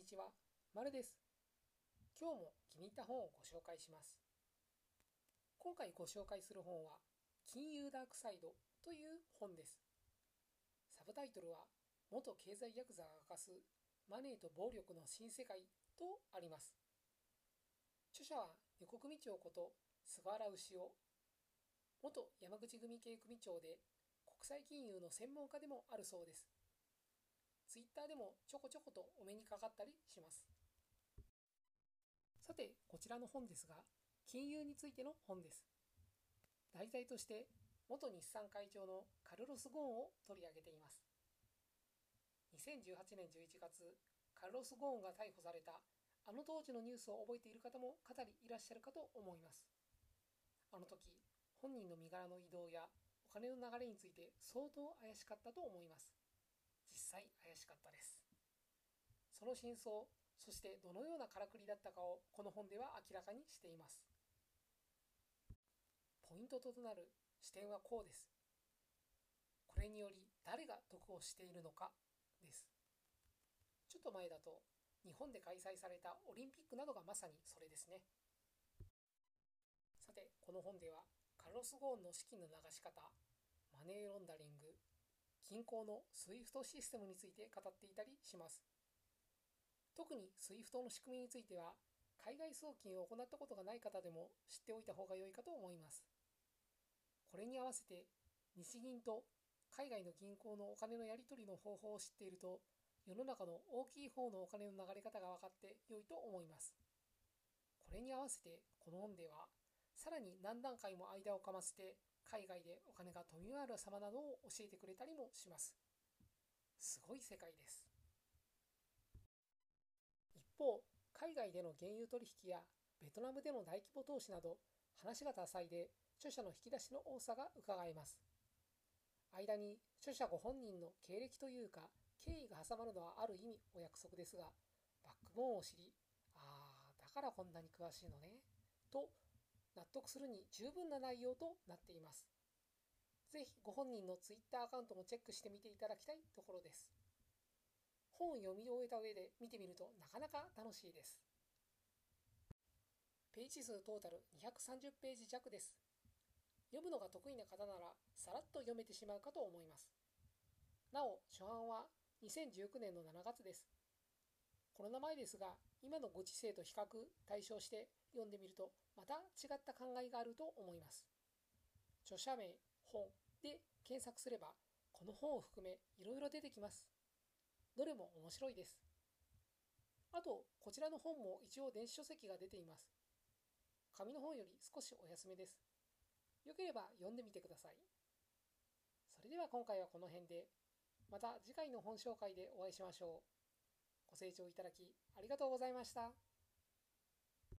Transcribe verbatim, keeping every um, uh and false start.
ちは、まるです。今日も気に入った本をご紹介します。今回ご紹介する本は、金融ダークサイドという本です。サブタイトルは、元経済ヤクザが明かすマネーと暴力の新世界とあります。著者は横組長こと菅原牛尾、元山口組系組長で国際金融の専門家でもあるそうです。ツイッターでもちょこちょことお目にかかったりします。さて、こちらの本ですが、金融についての本です。題材として、元日産会長のカルロス・ゴーンを取り上げています。にせんじゅうはちねんじゅういちがつ、カルロス・ゴーンが逮捕された、あの当時のニュースを覚えている方もかなりいらっしゃるかと思います。あの時、本人の身柄の移動やお金の流れについて相当怪しかったと思います。実際怪しかったです。その真相、そしてどのようなからくりだったかをこの本では明らかにしています。ポイントとなる視点はこうです。これにより誰が得をしているのかです。ちょっと前だと日本で開催されたオリンピックなどがまさにそれですね。さて、この本ではカルロス・ゴーンの資金の流し方、マネーロンダリング、銀行のスイフトシステムについて語っていたりします。特にスイフトの仕組みについては、海外送金を行ったことがない方でも知っておいた方が良いかと思います。これに合わせて、日銀と海外の銀行のお金のやり取りの方法を知っていると、世の中の大きい方のお金の流れ方が分かって良いと思います。これに合わせて、この本では、さらに何段階も間をかませて、海外でお金が飛び回る様などを教えてくれたりもします。すごい世界です。一方、海外での原油取引やベトナムでの大規模投資など話が多彩で著者の引き出しの多さがうかがえます。間に著者ご本人の経歴というか経緯が挟まるのはある意味お約束ですが、バックボーンを知り、ああ、だからこんなに詳しいのね、と納得するに十分な内容となっています。ぜひご本人のツイッターアカウントもチェックしてみていただきたいところです。本を読み終えた上で見てみるとなかなか楽しいです。ページ数トータルにひゃくさんじゅうページ弱です。読むのが得意な方ならさらっと読めてしまうかと思います。なお、初版はにせんじゅうきゅうねんのしちがつです。コロナ前ですが、今のご時世と比較対象して読んでみるとまた違った考えがあると思います。著者名、本で検索すればこの本を含めいろいろ出てきます。どれも面白いです。あと、こちらの本も一応電子書籍が出ています。紙の本より少しお安めです。よければ読んでみてください。それでは今回はこの辺で、また次回の本紹介でお会いしましょう。ご清聴いただきありがとうございました。